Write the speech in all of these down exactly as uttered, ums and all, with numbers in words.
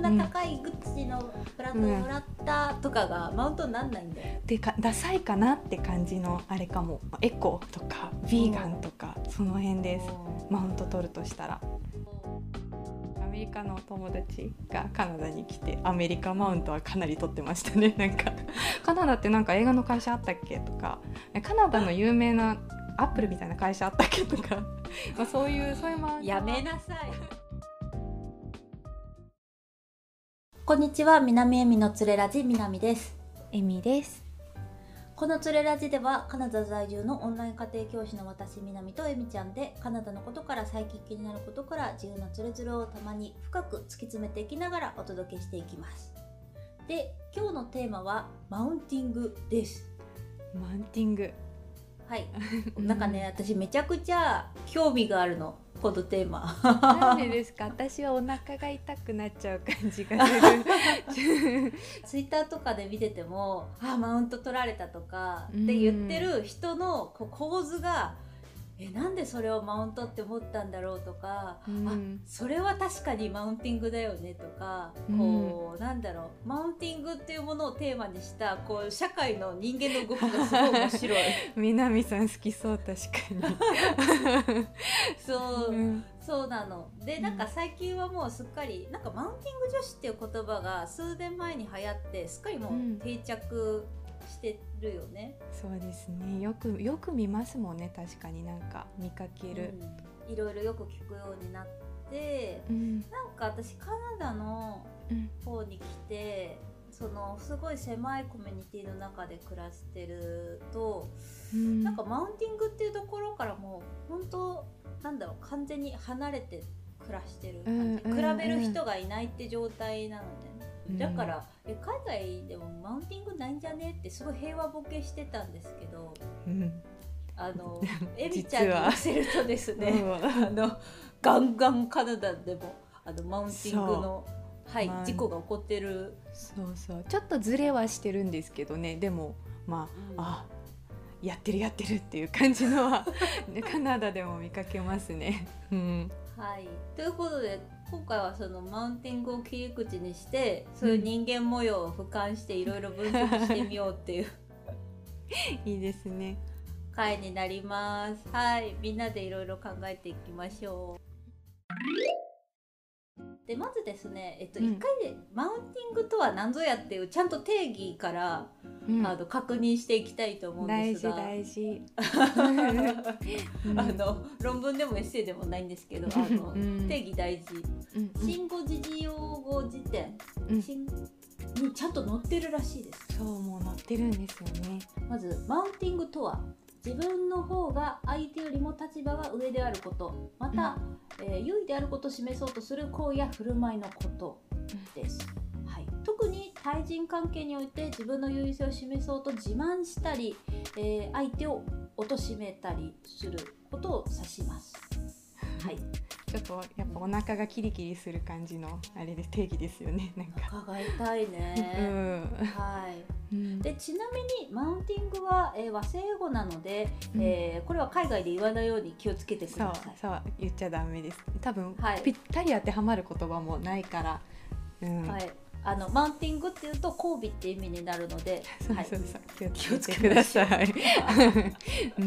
な高いグッチのブランドをもらったとかがマウントになんないんだよ、 でかダサいかなって感じのあれかも。エコとかヴィーガンとかその辺です。マウント取るとしたらアメリカの友達がカナダに来てアメリカマウントはかなり取ってましたね。なんかカナダってなんか映画の会社あったっけとか、カナダの有名なアップルみたいな会社あったっけとかまあそういうそういうマウントやめなさい。こんにちは、南恵美のつれラジ南です。 エミです。 このつれラジではカナダ在住のオンライン家庭教師の私南とエミちゃんで、カナダのことから最近気になることから自由なつれづれをたまに深く突き詰めていきながらお届けしていきます。で、今日のテーマはマウンティングです。 マウンティング、 はいなんかね、私めちゃくちゃ興味があるの、このテーマ。 なんでですか？私はお腹が痛くなっちゃう感じがするツイッターとかで見てても、あ、マウント取られたとかって言ってる人のこう構図が、え、なんでそれをマウントって思ったんだろうとか、うん、あ、それは確かにマウンティングだよねとか、うん、こうなんだろう、マウンティングっていうものをテーマにしたこう社会の人間の動きがすごい面白い。 南さん好きそう、確かに。 そう、うん、そうなので、なんか最近はもうすっかりなんかマウンティング女子っていう言葉が数年前に流行ってすっかりもう定着してるよね、 うん、そうですね、よくよく見ますもんね。確かになんか見かける、 うん、いろいろよく聞くようになって、うん、なんか私カナダの方に来て、うん、そのすごい狭いコミュニティの中で暮らしてると、うん、なんかマウンティングっていうところからもう本当なんだろう、完全に離れて暮らしてる感じ、うん、比べる人がいないって状態なのね、うん、だからえ海外でもマウンティングないんじゃねってすごい平和ボケしてたんですけど、うん、あのエミちゃんに言わせるとですね、あのガンガンカナダでもあのマウンティングの、はい、まあ、事故が起こってる。 そうそう、ちょっとズレはしてるんですけどね、でもまあ、うん、あやってるやってるっていう感じのはカナダでも見かけますね、うん、 はい、ということで今回はそのマウンティングを切り口にしてそういう人間模様を俯瞰していろいろ分析してみようっていう、 うん、いいですね、 回になります。はい、みんなでいろいろ考えていきましょう。でまずですね、えっと、いっかいでマウンティングとは何ぞやっていうちゃんと定義から、うん、あの確認していきたいと思うんですが、 大事大事あの論文でもエッセイでもないんですけど、あの、うん、定義大事、うん、新語時事用語辞典、うん、新にちゃんと載ってるらしいです。 そう、もう載ってるんですよね。 まずマウンティングとは自分の方が相手よりも立場が上であること、また、うんえー、優位であることを示そうとする行為や振る舞いのことです、うんはい、特に対人関係において自分の優位性を示そうと自慢したり、えー、相手を貶めたりすることを指します、はい、 ちょっとやっぱお腹がキリキリする感じのあれで定義ですよね。なんかお腹が痛いね、 うんはいうん、でちなみにマウンティングは、えー、和製英語なので、うんえー、これは海外で言わないように気をつけてください。 そうそう、言っちゃダメです。多分、 はい、 ぴったり当てはまる言葉もないから、うんはい、あのマウンティングっていうと交尾って意味になるので、 そうそうそう、はい、気をつけてください、 うん、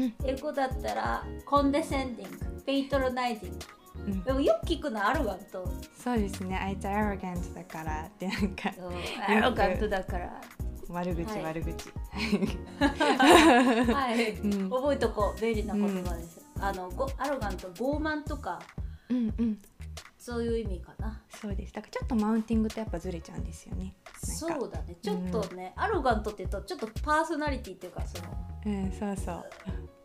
英語だったらコンデセンディング、ペイトロナイジング、うん、でもよく聞くのアロガント。 そうですね、あいつアロガントだからってなんかアロガントだから悪口、はい、悪口はい、うん、覚えとこう、便利な言葉です、うん、あのアロガント、傲慢とか、 うんうん、 そういう意味かな。 そうです。だからちょっとマウンティングとやっぱずれちゃうんですよね。 そうだね、ちょっとね、うん、アロガントって言うとちょっとパーソナリティっていうかそのうんそうそう、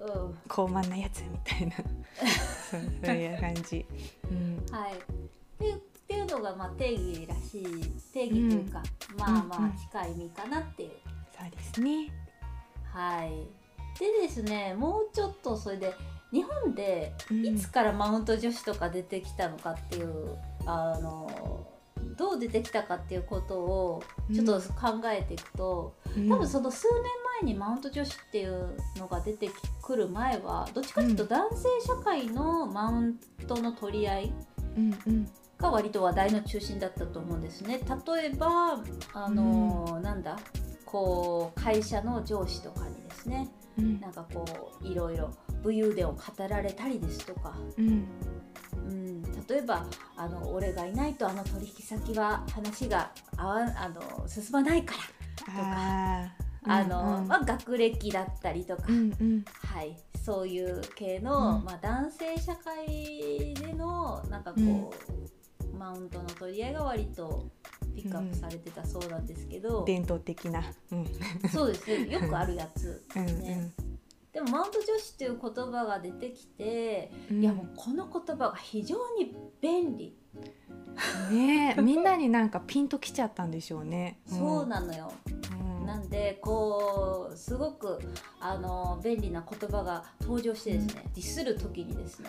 うん、高慢なやつみたいなそうそういう感じ、うん、 はいでっていうのがまあ定義らしい、定義というか、うん、まあまあ近い意味かなっていう、うんうん、 そうですね。 はいでですね、もうちょっとそれで日本でいつからマウント女子とか出てきたのかっていう、うん、あのどう出てきたかっていうことをちょっと考えていくと、うん、多分その数年前にマウント女子っていうのが出てくる前はどっちかというと男性社会のマウントの取り合いが割と話題の中心だったと思うんですね。例えばあの、うん、なんだこう会社の上司とかにですね、うん、なんかこういろいろ武勇伝を語られたりですとか、うんうん、例えばあの俺がいないとあの取引先は話があわあの進まないからとか、ああの、うんうんまあ、学歴だったりとか、うんうんはい、そういう系の、うんまあ、男性社会でのなんかこう、うん、マウントの取り合いが割とピックアップされてたそうなんですけど、 うん、伝統的な、うん、 そうですよくあるやつですね。うんうんでもマウント女子っていう言葉が出てきて、うん、いやもうこの言葉が非常に便利ねえみんなになんかピンときちゃったんでしょうね。 そうなのよ、うん、なんでこうすごくあの便利な言葉が登場してですね、うん、ディスる時にですね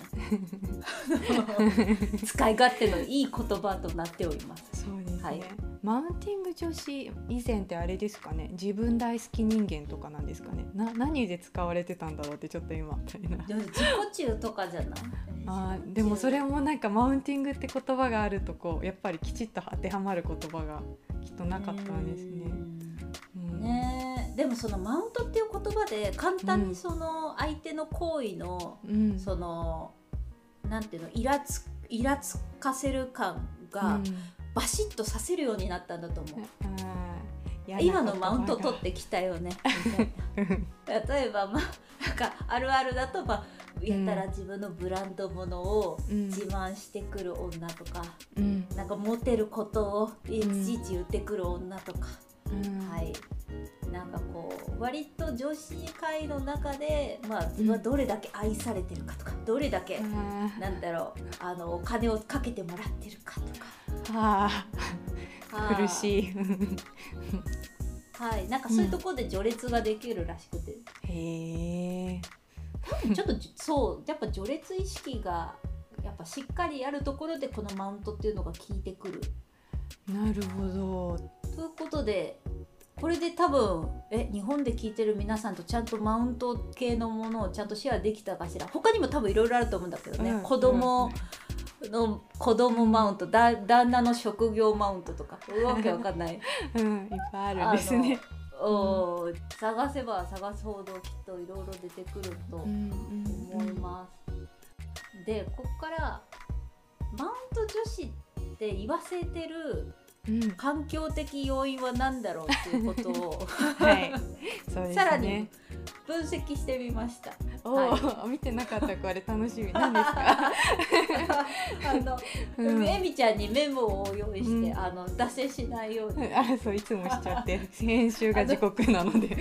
使い勝手のいい言葉となっております。 そうですね、 はい、 マウンティング女子以前ってあれですかね、自分大好き人間とかなんですかね、な何で使われてたんだろうってちょっと今みたいな。 でも自己中とかじゃないあでもそれもなんかマウンティングって言葉があるとこうやっぱりきちっと当てはまる言葉がきっとなかったんですね。 うんねでもそのマウントっていう言葉で簡単にその相手の行為の、うん、そのなんていうのイラつイラつかせる感が、うんバシッとさせるようになったんだと思う。今のマウント取ってきたよねみたいな例えば、まあ、なんかあるあるだと、まあ、やたら自分のブランド物を自慢してくる女とか、うん、なんかモテることをいちいち言ってくる女とか、うん、はいなんかこう割と女子会の中で、まあ、自分はどれだけ愛されてるかとか、どれだけ、うん、なんだろうあのお金をかけてもらってるかとかああ苦しいはいなんかそういうところで序列ができるらしくて、 うん、へえ多分ちょっとそうやっぱ序列意識がやっぱしっかりあるところでこのマウントっていうのが効いてくる。 なるほど。 ということでこれで多分え日本で聞いてる皆さんとちゃんとマウント系のものをちゃんとシェアできたかしら。他にも多分いろいろあると思うんだけどね、うん、子供の子供マウント、だ旦那の職業マウントとかわけわかんない、 うん、いっぱいあるんですね。 お、うん、探せば探すほどきっといろいろ出てくると思います、うんうんうん、でここからマウント女子って言わせてる環境的要因は何だろうっていうことを、はいそうですね、さらに分析してみました。 お、はい、見てなかったこれ楽しみ。何ですかあの、うん、えみちゃんにメモを用意して、うん、あの脱線しないようにあそういつもしちゃって編集が時刻なので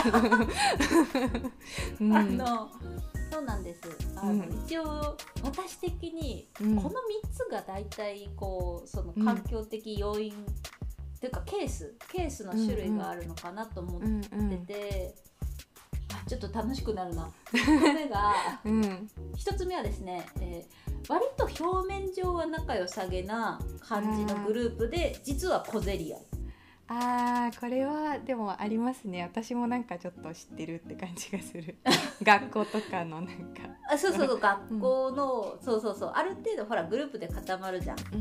あの、うん、そうなんです。あの、うん、一応私的にこのみっつがだいたいこうその環境的要因、うん、っていうかケースケースの種類があるのかなと思ってて、うんうん、ちょっと楽しくなるな。ひとつめが、うん、ひとつめはですね、えー、割と表面上は仲良さげな感じのグループで実は小競り合い。 あーこれはでもありますね。私もなんかちょっと知ってるって感じがする学校とかのなんかあそうそうそう学校の、うん、そうそうそうある程度ほらグループで固まるじゃん、うんうん、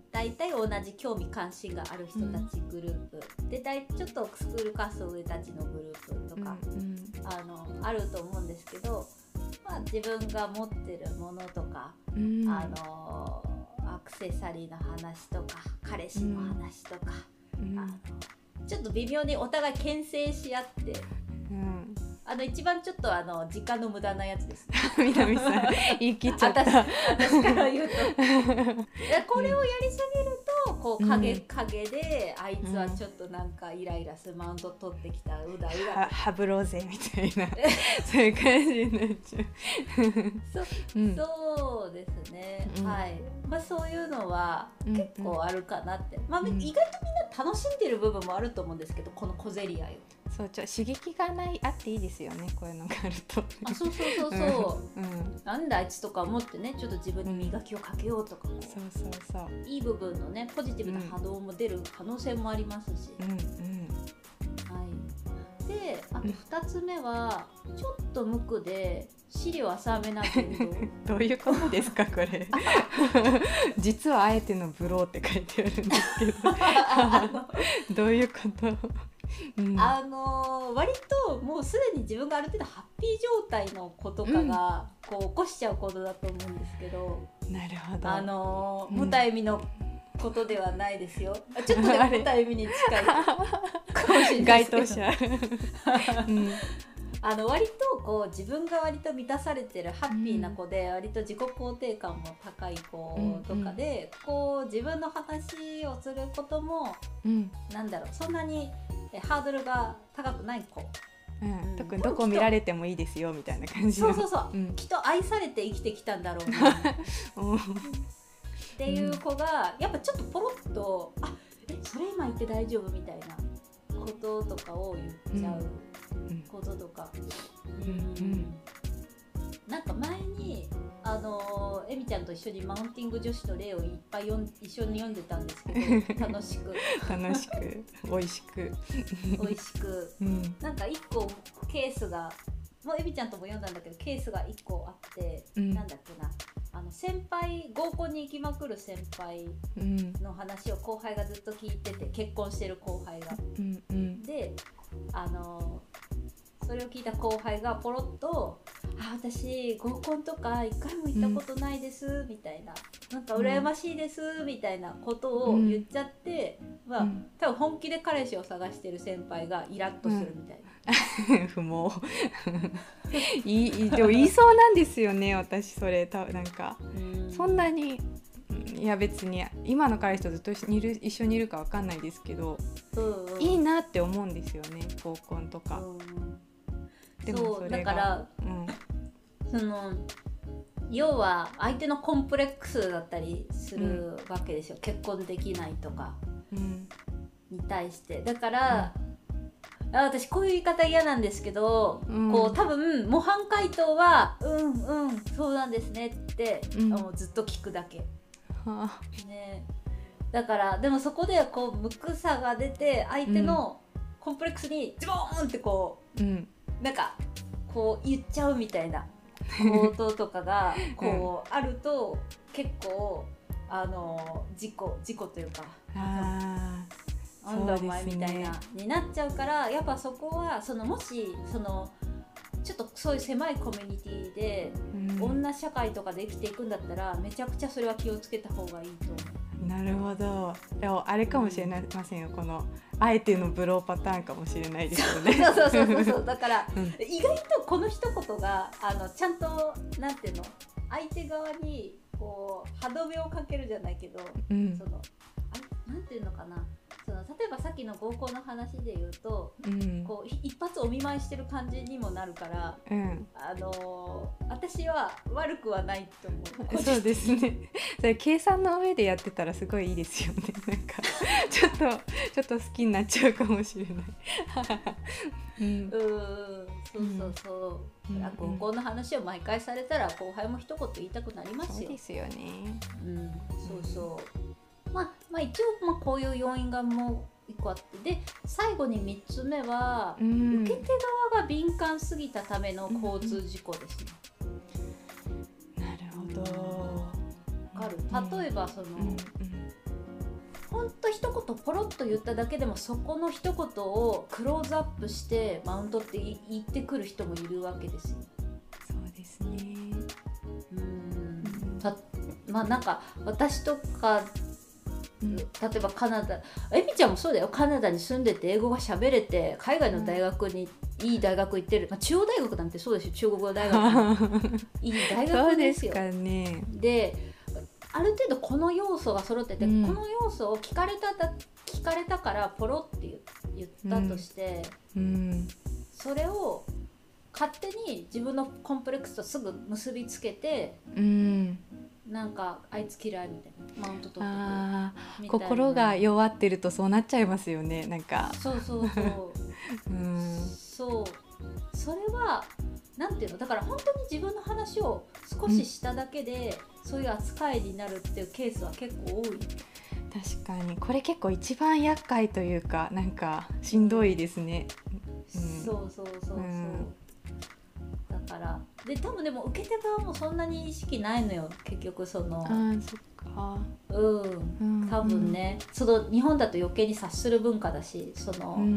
だいたい同じ興味関心がある人たちグループ、うん、でだいちょっとスクールカースト上たちのグループとか、うんうん、あのあると思うんですけど、まあ、自分が持ってるものとか、うん、あのアクセサリーの話とか彼氏の話とか、うんあのちょっと微妙にお互い牽制し合って、うん、あの一番ちょっとあの時間の無駄なやつですね南さん言い切っちゃった私, 私から言うとこれをやりすぎるとこう影、うん、影であいつはちょっとなんかイライラするマウント取ってきたうだうだはぶろうぜみたいなそういう感じになっちゃうそ, うん、そうですね、うん、はいまあそういうのは結構あるかなって、うんまあ、意外とみんな楽しんでる部分もあると思うんですけどこの小競り合いをそうちょ刺激がないあっていいですよねこういうのがあるとあそうそうそうそう、うん、なんだあいつとか思ってねちょっと自分に磨きをかけようとか、うん、 そうそうそういい部分のねポジティブな波動も出る可能性もありますし、うんうんはい、であとふたつめはちょっと無垢で資料浅めな言動どういうことですかこれ実はあえてのブローって書いてあるんですけどどういうことうん、 あのー、割ともうすでに自分がある程度ハッピー状態の子とかがこう起こしちゃうことだと思うんですけど、 うん、なるほど、 あのー、無体味のことではないですよ、うん、ちょっとでも無体味に近いかもしれないですけど該当者、うんあの割とこう自分が割と満たされてるハッピーな子で、うん、割と自己肯定感も高い子とかで、うん、こう自分の話をすることも、うん、なんだろうそんなにハードルが高くない子、 うんうん、特にどこ見られてもいいですよみたいな感じのそうそうそう、うん、きっと愛されて生きてきたんだろうなっていう子がやっぱちょっとポロッとあえそれ今言って大丈夫みたいなこととかを言っちゃうこととか、うんうんうん、なんか前にあのエミちゃんと一緒にマウンティング女子の例をいっぱい読ん一緒に読んでたんですけど楽しく楽しく美味しく美味しく、うん、なんかいっこケースがもうエミちゃんとも読んだんだけどケースがいっこあって、うん、なんだっけなあの先輩合コンに行きまくる先輩の話を後輩がずっと聞いてて結婚してる後輩が、うんうん、であのそれを聞いた後輩がポロッとあ私合コンとか一回も行ったことないです、うん、みたいななんか羨ましいです、うん、みたいなことを言っちゃって、うんまあ、多分本気で彼氏を探してる先輩がイラッとするみたいな、 うん、不毛いいでも言いそうなんですよね私それたなんか、うん、そんなにいや別に今の彼氏とずっといる一緒にいるか分かんないですけど、うんうん、いいなって思うんですよね合コンとか、うん、 でもそれがそうだから、うん、その要は相手のコンプレックスだったりするわけですよ、うん、結婚できないとかに対してだから、うん、あ私こういう言い方嫌なんですけど、うん、こう多分模範回答はうんうんそうなんですねって、うん、もうずっと聞くだけ、はあね、だからでもそこでこう無垢さが出て相手のコンプレックスにズボーンってこう、うん、なんかこう言っちゃうみたいなこととかがこうあると結構あの事故事故というかあなんだお前みたいなになっちゃうからやっぱそこはそのもしそのちょっとそういう狭いコミュニティで、うん、女社会とかで生きていくんだったらめちゃくちゃそれは気をつけた方がいいと思う。 なるほど。でもあれかもしれませんよ、うん、このあえてのブローパターンかもしれないですよね。 そうそうそうそうそうだから、うん、意外とこの一言があのちゃんとなんていうの相手側にこう歯止めをかけるじゃないけど、うん、そのあなんていうのかなその例えばさっきの合コンの話で言うと、うん、こう一発お見舞いしてる感じにもなるから、うん、あのー、私は悪くはないと思う。 そうですね。それ計算の上でやってたらすごいいいですよね。なんかちょっとちょっと好きになっちゃうかもしれない。うん、うんそうそうそう、うん、合コンの話を毎回されたら後輩も一言言いたくなりますよ。 そうですよね。 うん、そうそう。まあ、まあ一応まあこういう要因がもういっこあってで最後にみっつめは、うん、受け手側が敏感すぎたための交通事故ですね、 うん、なるほど。 わかる。例えばその、うんうん、ほんと一言ポロッと言っただけでもそこの一言をクローズアップしてマウントって言ってくる人もいるわけですよ。 そうですね。 うんたまあなんか私とかうん、例えばカナダエミちゃんもそうだよ。カナダに住んでて英語が喋れて海外の大学に、うん、いい大学行ってる、まあ、中央大学なんてそうですよ。中国語大学いい大学ですよ。 そうですかね。 である程度この要素が揃ってて、うん、この要素を聞かれただ聞かれたからポロって言ったとして、うんうん、それを勝手に自分のコンプレックスとすぐ結びつけて、うんなんかあいつ嫌いみたいなマウント取ってくるあ心が弱ってるとそうなっちゃいますよね。なんかそうそうそう、うん、そうそれはなんていうのだから本当に自分の話を少ししただけで、うん、そういう扱いになるっていうケースは結構多い。 確かにこれ結構一番厄介というかなんかしんどいですね。 そうそうそうそう、うん、だからで多分でも受け手側もそんなに意識ないのよ結局その。 あそっか、 うん、多分ね、うん、その日本だと余計に察する文化だしその、うん、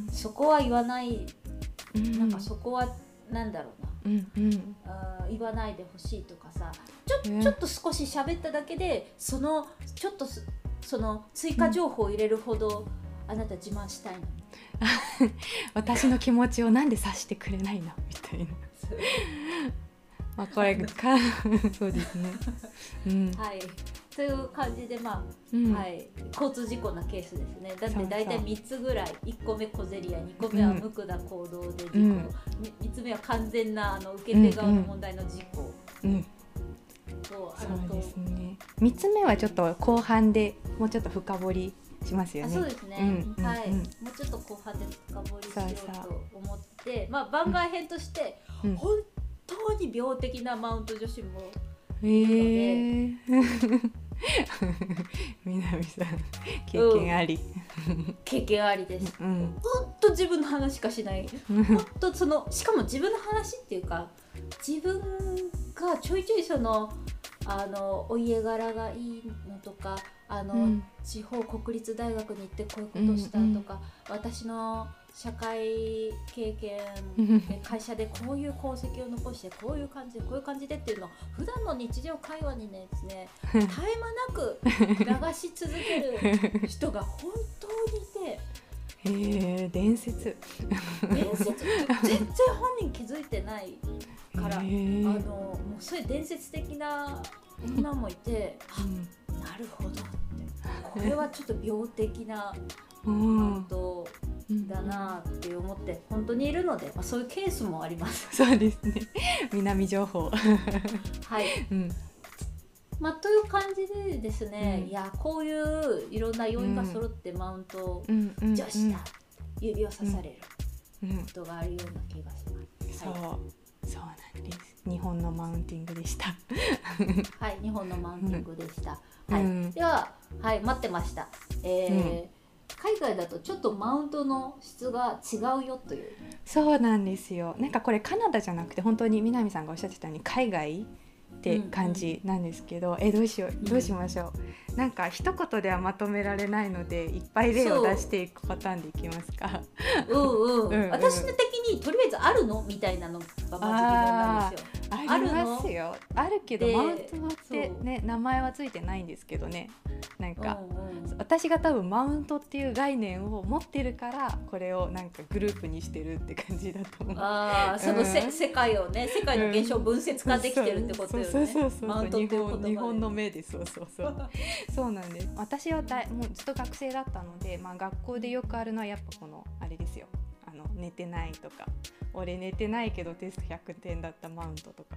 そこは言わない、うん、なんかそこはなんだろうな、うんうん、あ言わないでほしいとかさちょ、えー、ちょっと少し喋っただけでそのちょっとその追加情報を入れるほど、うん、あなた自慢したいの私の気持ちをなんで察してくれないのみたいなまあこれかそうですね、うん、 はいという感じでまあ、うんはい、交通事故なケースですね。だって大体みっつぐらいいっこめ小競り合いにこめは無垢な行動で事故、うん、みっつめは完全なあの受け手側の問題の事故、うんうん、 とあるとそうですね。みっつめはちょっと後半でもうちょっと深掘りしますよね。 そうですね、うん、はい、うん、もうちょっと後半で深掘りしようと思ってまあ番外編として、うん、本当に病的なマウント女子もいるので、えー、 南さん経験あり、 うん、経験ありです、うん、本当自分の話しかしない本当そのしかも自分の話っていうか自分がちょいちょいそのあのお家柄がいいのとかあの、うん、地方国立大学に行ってこういうことをしたとか、うんうん、私の社会経験会社でこういう功績を残してこういう感じでこういう感じでっていうのを普段の日常会話にねですね絶え間なく流し続ける人が本当にいてへー伝説伝説全然本人気づいてないからあのもうそういう伝説的な女もいて、うん、なるほどってこれはちょっと病的なことだなって思って本当にいるので、まあ、そういうケースもあります。 そうですね南情報はい、うんまあ、という感じでですね、うん、いやこういういろんな要因が揃ってマウント女子だ指を刺されることがあるような気がします、 うんうん、 はい、 そうそうなんです。日本のマウンティングでしたはい日本のマウンティングでした、うんはい、では、はい、待ってました、えーうん海外だとちょっとマウントの質が違うよという。 そうなんですよ。なんかこれカナダじゃなくて本当に南さんがおっしゃってたように海外って感じなんですけど、うんうん、えどうしようどうしましょう、うん、なんか一言ではまとめられないのでいっぱい例を出していくパターンでいきますか。 うんうん、うんうん、私的にとりあえずあるのみたいなのがまず疑問なんですよ。 ありますよ。あるけどマウントってね名前はついてないんですけどね。なんか、うんうん、私が多分マウントっていう概念を持ってるからこれをなんかグループにしてるって感じだと思う。 ああ、そのせ、うん、世界をね世界の現象を分節化できてるってことよね。そうそうそうそうマウントっていう言葉で日本の目でそうそうそうそうなんです。私はだもうずっと学生だったので、まあ、学校でよくあるのはやっぱこのあれですよ。あの寝てないとか俺寝てないけどテストひゃくてんだったマウントとか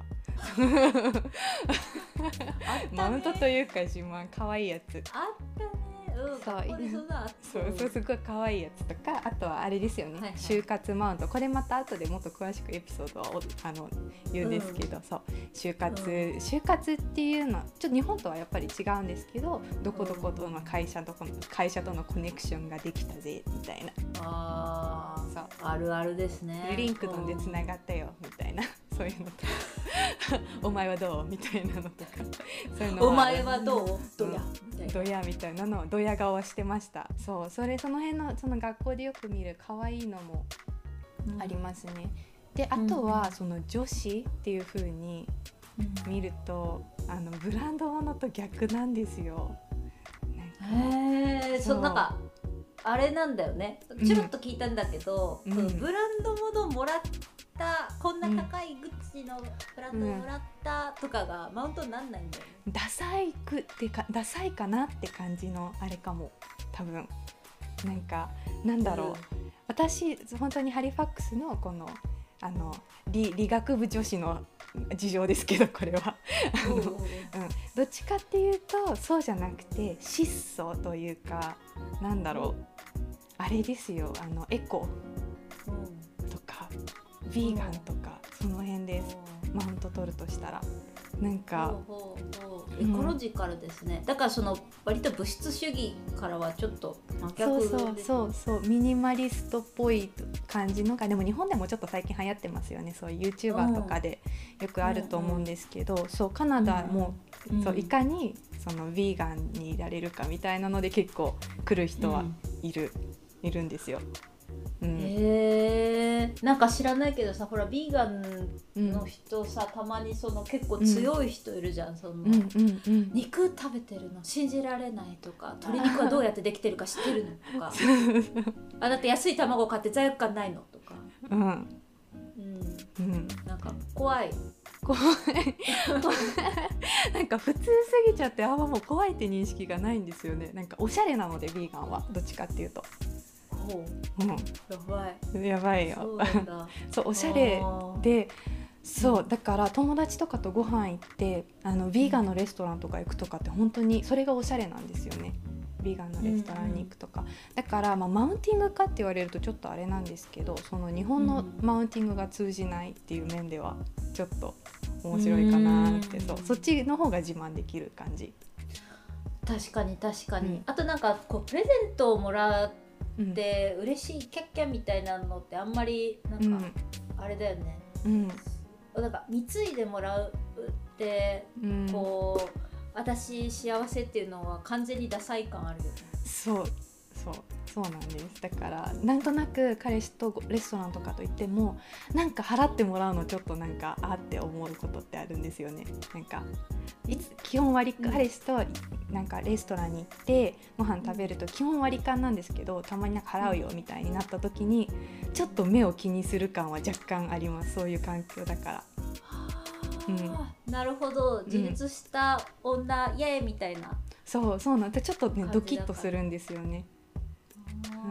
マウントというか自慢可愛いやつあったね。うん、そうそうそうすごい可愛いやつとかあとはあれですよね、はいはい、就活マウントこれまた後でもっと詳しくエピソードをあの言うんですけど、うん、そう就活、うん、就活っていうのはちょっと日本とはやっぱり違うんですけどどこどことの会社とこの会社とのコネクションができたぜみたいなあそうあるあるですね。 リンクドンでつながったよみたいなそういうのとお前はどうみたいなのとかそういうのお前はどうどやみたいなどやみたいなのをドヤ顔してました。そうそれその辺のその学校でよく見る可愛いのもありますね、うん、であとはその女子っていう風に見ると、うん、あのブランド物と逆なんですよ。 へえそうなんかあれなんだよねちょろっと聞いたんだけど、うん、ブランド物もらったこんな高いグッチのブランドもらったとかがマウントになんないんだよね、 うん、ダサいくってかダサいかなって感じのあれかも多分なんかなんだろう、うん、私本当にハリファックスのこのあの 理, 理学部女子の事情ですけどこれはあの、うん、どっちかっていうとそうじゃなくて質素というかなんだろうあれですよあのエコとか、うん、ヴィーガンとか、うん、その辺です、うん、マウント取るとしたらなんかほうほうほうエコロジカルですね、うん、だからその割と物質主義からはちょっと真逆で、 そうそうそうそうミニマリストっぽい感じのが、でも日本でもちょっと最近流行ってますよね、そういう YouTuber とかでよくあると思うんですけど、うんうん、そうカナダも、うん、そういかにそのヴィーガンにいられるかみたいなので結構来る人はいる、うん、いるんですよ。うん、 へー、なんか知らないけどさ、ほらビーガンの人さ、うん、たまにその結構強い人いるじゃん、うん、その、うんうんうん、肉食べてるの信じられないとか、鶏肉はどうやってできてるか知ってるのとかあ、だって安い卵買って罪悪感ないのとか、うんうんうん、なんか怖い怖いなんか普通すぎちゃってあんまもう怖いって認識がないんですよね。なんかおしゃれなのでビーガンはどっちかっていうと、 うん、やばいやばいよ。そうなんだそうおしゃれで、そうだから友達とかとご飯行ってあのビーガンのレストランとか行くとかって本当にそれがおしゃれなんですよね、ビーガンのレストランに行くとか、うんうん、だから、まあ、マウンティングかって言われるとちょっとあれなんですけど、その日本のマウンティングが通じないっていう面ではちょっと面白いかなって、うん、そうそっちの方が自慢できる感じ。 確かに確かに、うん、あとなんかこうプレゼントをもらって嬉しいキャッキャみたいなのってあんまりなんかあれだよね、うん、なんか貢いでもらうって、うん、こう私幸せっていうのは完全にダサい感あるよね。 そうそうそうなんです。だからなんとなく彼氏とレストランとかと行ってもなんか払ってもらうのちょっとなんかあって思うことってあるんですよね。なんかいつ基本割り、うん、彼氏となんかレストランに行ってご飯食べると基本割り勘なんですけど、たまになんか払うよみたいになった時にちょっと目を気にする感は若干あります。そういう環境だから。 うん、なるほど、自立した女、うん、イエーイみたいな。 そうそうなんでちょっとねドキッとするんですよね。うん、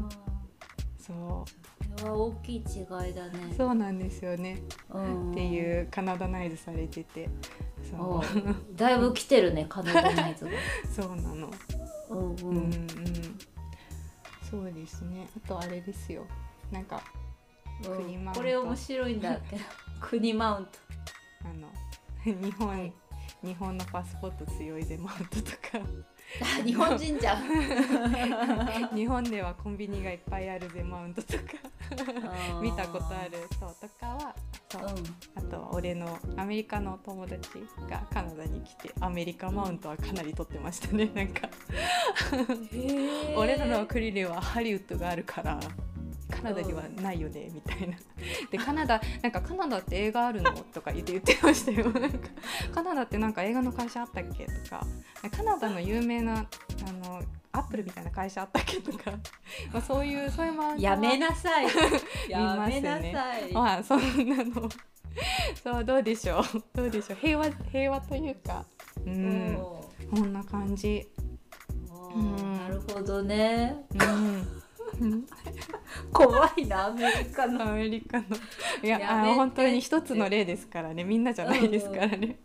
そうそれは大きい違いだね。 そうなんですよね、うん、っていうカナダナイズされてて、 そうだいぶ来てるねカナダナイズがそうなの、うんうんうん、そうですね。あとあれですよ、なんか国マウント、これ面白いんだけど国マウント、 あの日本、はい、日本のパスポート強いぜマウントとか日本人じゃん日本ではコンビニがいっぱいあるぜマウントとか見たことある。そうとかはそう、うん、あとは俺のアメリカの友達がカナダに来てアメリカマウントはかなり取ってましたね。なんか俺らの国ではハリウッドがあるからカナダにはないよねみたいな。でカナダなんかカナダって映画あるのとか言って言ってましたよ。なんかカナダってなんか映画の会社あったっけとか、カナダの有名なあのアップルみたいな会社あったっけとか、まあ、そういうそういうマウントやめなさいやめなさい、 まあそんなのそうどうでしょうどうでしょう平和平和というか、うんこんな感じ。 うん、なるほどね。うん怖いなアメリカのアメリカのいやあ本当に一つの例ですからね、みんなじゃないですからね。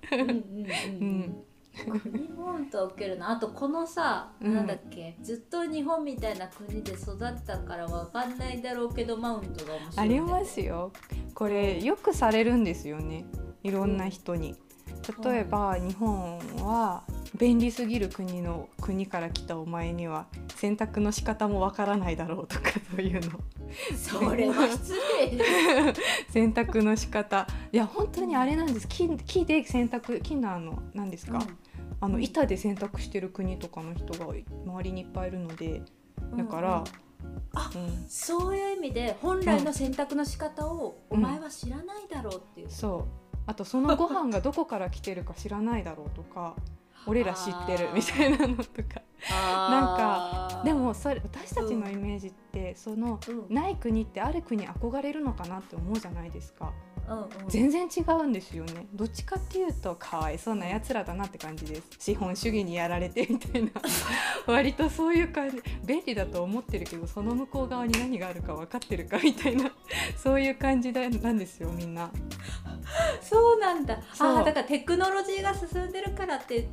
国マウントは受けるな。あとこのさ、うん、なんだっけ、ずっと日本みたいな国で育ったからわかんないだろうけどマウントが面白い。 ありますよ。これよくされるんですよね、いろんな人に。例えば、うん、日本は便利すぎる国の国から来たお前には洗濯の仕方もわからないだろうとか、そういうのそれは失礼洗濯の仕方、いや本当にあれなんです。 木, 木で洗濯、木のあの何ですか、うん、あの板で洗濯してる国とかの人が周りにいっぱいいるので、だから、うんうん、 あ、うん、そういう意味で本来の洗濯の仕方をお前は知らないだろうっていう、うん、 そうあとそのご飯がどこから来てるか知らないだろうとか俺ら知ってるみたいなのとかなんかでもそれ私たちのイメージって、うん、その、うん、ない国ってある国憧れるのかなって思うじゃないですか、うんうん、全然違うんですよね。どっちかっていうとかわいそうなやつらだなって感じです。資本主義にやられてみたいな割とそういう感じ、便利だと思ってるけどその向こう側に何があるか分かってるかみたいなそういう感じなんですよみんな。 そうなんだ。あ、だからテクノロジーが進んでるからって言って、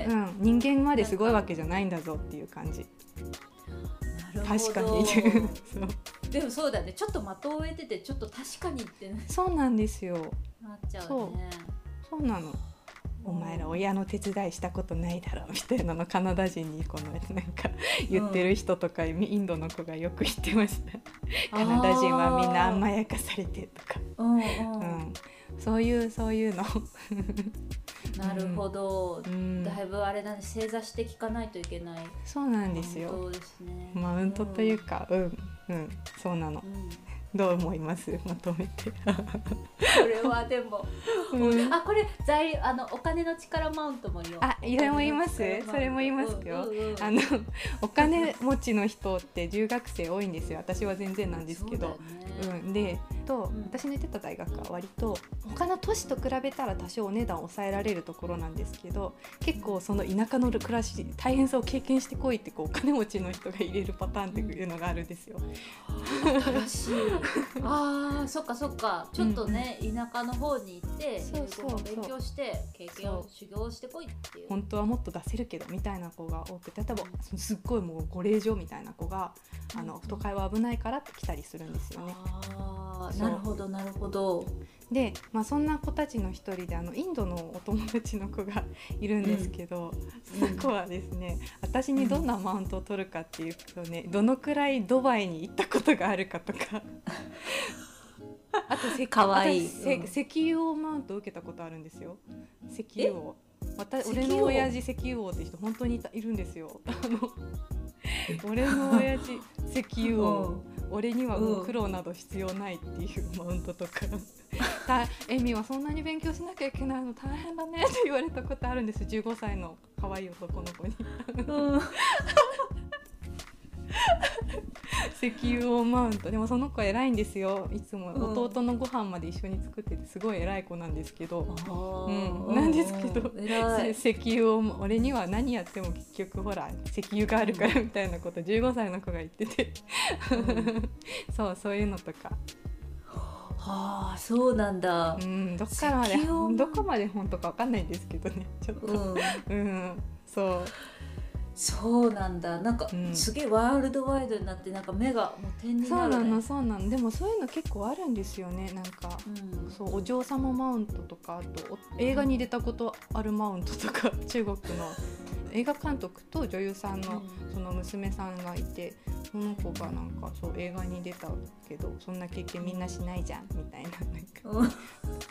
うん、人間まですごいわけじゃないんだぞっていう感じ。 なるほど。 確かにそうでもそうだね、ちょっと的を得ててちょっと確かにって、ね、 そうなんですよ。 なっちゃうね。 そう、そうなの。 お前ら親の手伝いしたことないだろみたいなのカナダ人にこのなんか言ってる人とか、うん、インドの子がよく言ってました。カナダ人はみんな甘やかされてとか、うんうんうん、そういうそういうのなるほど、うん、だいぶあれだね、正座して聞かないといけない。 そうなんですよ。 そうですね、 マウントというか、うん、うん、そうなの、うん、どう思います？まとめてこれはでも、うん、あ、これ材あのお金の力マウントも言おう。 あ、それも言います？それも言いますよ、うんうんうん、あのお金持ちの人って留学生多いんですよ。私は全然なんですけど、う、ね、うん、でと、うん、私の行ってた大学は割と他の都市と比べたら多少お値段を抑えられるところなんですけど、結構その田舎の暮らし大変さを経験してこいってこうお金持ちの人が入れるパターンっていうのがあるんですよ。 新しいあー、そっかそっか、ちょっとね、うん、田舎の方に行ってそうそうそう勉強して経験を修行してこいっていう、 本当はもっと出せるけどみたいな子が多くて、例えばすっごいもうご令嬢みたいな子が、うん、あの都会は危ないからって来たりするんですよね。 あ、なるほどなるほど。 で、まあ、そんな子たちの一人であのインドのお友達の子がいるんですけど、うん、その子はですね、私にどんなマウントを取るかっていうとね、どのくらいドバイに行ったことがあるかとかあとせかわいい、うん、石油王マウントを受けたことあるんですよ。石油王、私俺の親父石油王って人本当に い, たいるんですよ。あの俺の親父石油王、うん、俺にはもう苦労など必要ないっていうマウントとか、うん、エミはそんなに勉強しなきゃいけないの大変だねって言われたことあるんです。じゅうごさいの可愛い男の子に、うん石油王マウント。でもその子偉いんですよ。いつも弟のご飯まで一緒に作っててすごい偉い子なんですけど、うん、なんですけど石油王、俺には何やっても結局ほら石油があるからみたいなことじゅうごさいの子が言っててそう、そういうのとか。 はあ、そうなんだ、うん、 どっからまでどこまで本当か分かんないんですけどね、ちょっと、うんうん、そうそうなんだ。なんか、うん、すげえワールドワイドになってなんか目がもう点になるね。 そうなのそうなの。でもそういうの結構あるんですよね。なんか、うん、そうお嬢様マウントとか、あと映画に出たことあるマウントとか中国の映画監督と女優さんのその娘さんがいて、その子がなんかそう映画に出たけどそんな経験みんなしないじゃんみたいな、なんか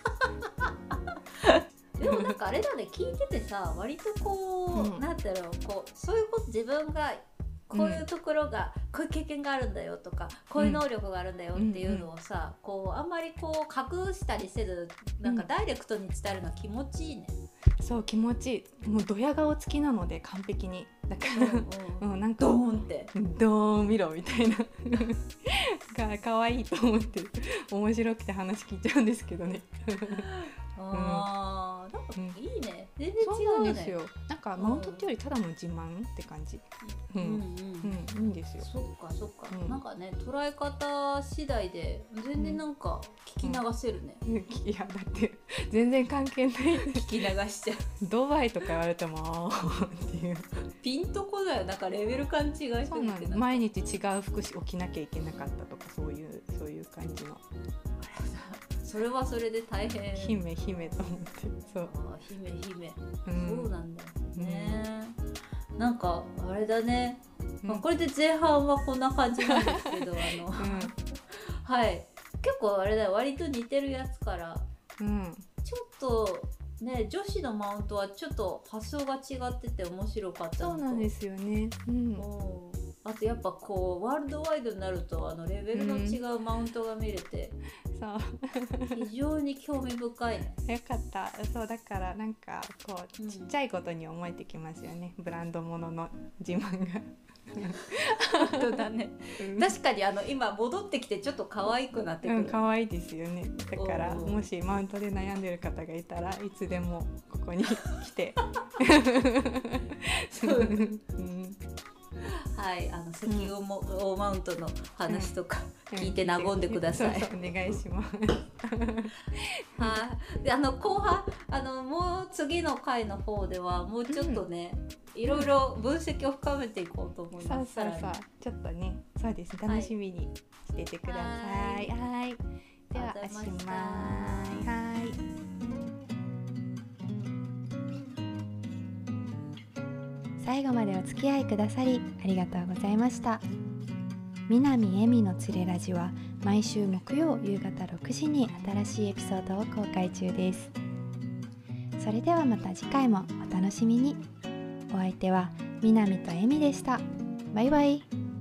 でもなんかあれだね、聞いててさ、割とこう、うん、なんだろう、こうそういうこと自分がこういうところが、うん、こういう経験があるんだよとか、こういう能力があるんだよっていうのをさ、うん、こうあんまりこう隠したりせず、なんかダイレクトに伝えるのは気持ちいいね。 そう気持ちいい。もうドヤ顔つきなので完璧にだから、うんうん、なんかドーンってドーン見ろみたいなが可愛いと思って面白くて話聞いちゃうんですけどねあ、うん、なんかいいね、うん、全然違うね。 そうなんですよ。なんかマウントってよりただの自慢って感じ、うんうんうん、うん、いいんですよ。 そっかそっか、うん、なんかね捉え方次第で全然なんか聞き流せるね、 うんうん、いやだって全然関係ない聞き流しちゃうドバイとか言われてもあーっていうピンとこないよ。なんかレベル感違いしてる。そうなの。 毎日違う服着着なきゃいけなかったとかそういうそういう感じの。 それはそれで大変。 姫姫と思って。そう。 あ、姫姫、うん、そうなんだよね、うん、なんかあれだね、うん、まあ、これで前半はこんな感じなんですけど、あの、うん、はい結構あれだよ、割と似てるやつから、うん、ちょっとね、女子のマウントはちょっと発想が違ってて面白かったのと。 そうなんですよね、うん、 あとやっぱこうワールドワイドになるとあのレベルの違うマウントが見れて、うん、そう非常に興味深いね。 よかった。そうだからなんかこうちっちゃいことに思えてきますよね、うん、ブランド物の自慢が本当だね、うん、確かにあの今戻ってきてちょっと可愛くなってくる、 うん、可愛いですよね。だからもしマウントで悩んでる方がいたらいつでもここに来てそう、うんはい、あの石油も、うん、マウントの話とか聞いて和んでください、うん、 そうそうお願いしますはい、であの後半あのもう次の回の方ではもうちょっとね、うん、いろいろ分析を深めていこうと思います。 そうそうそう、ちょっとね、そうです、楽しみにしててください。はい、はい、ではおしまい。はい。 最後までお付き合いくださりありがとうございました。南恵美のつれラジは毎週木曜夕方ろくじに新しいエピソードを公開中です。それではまた次回もお楽しみに。お相手は南と恵美でした。バイバイ。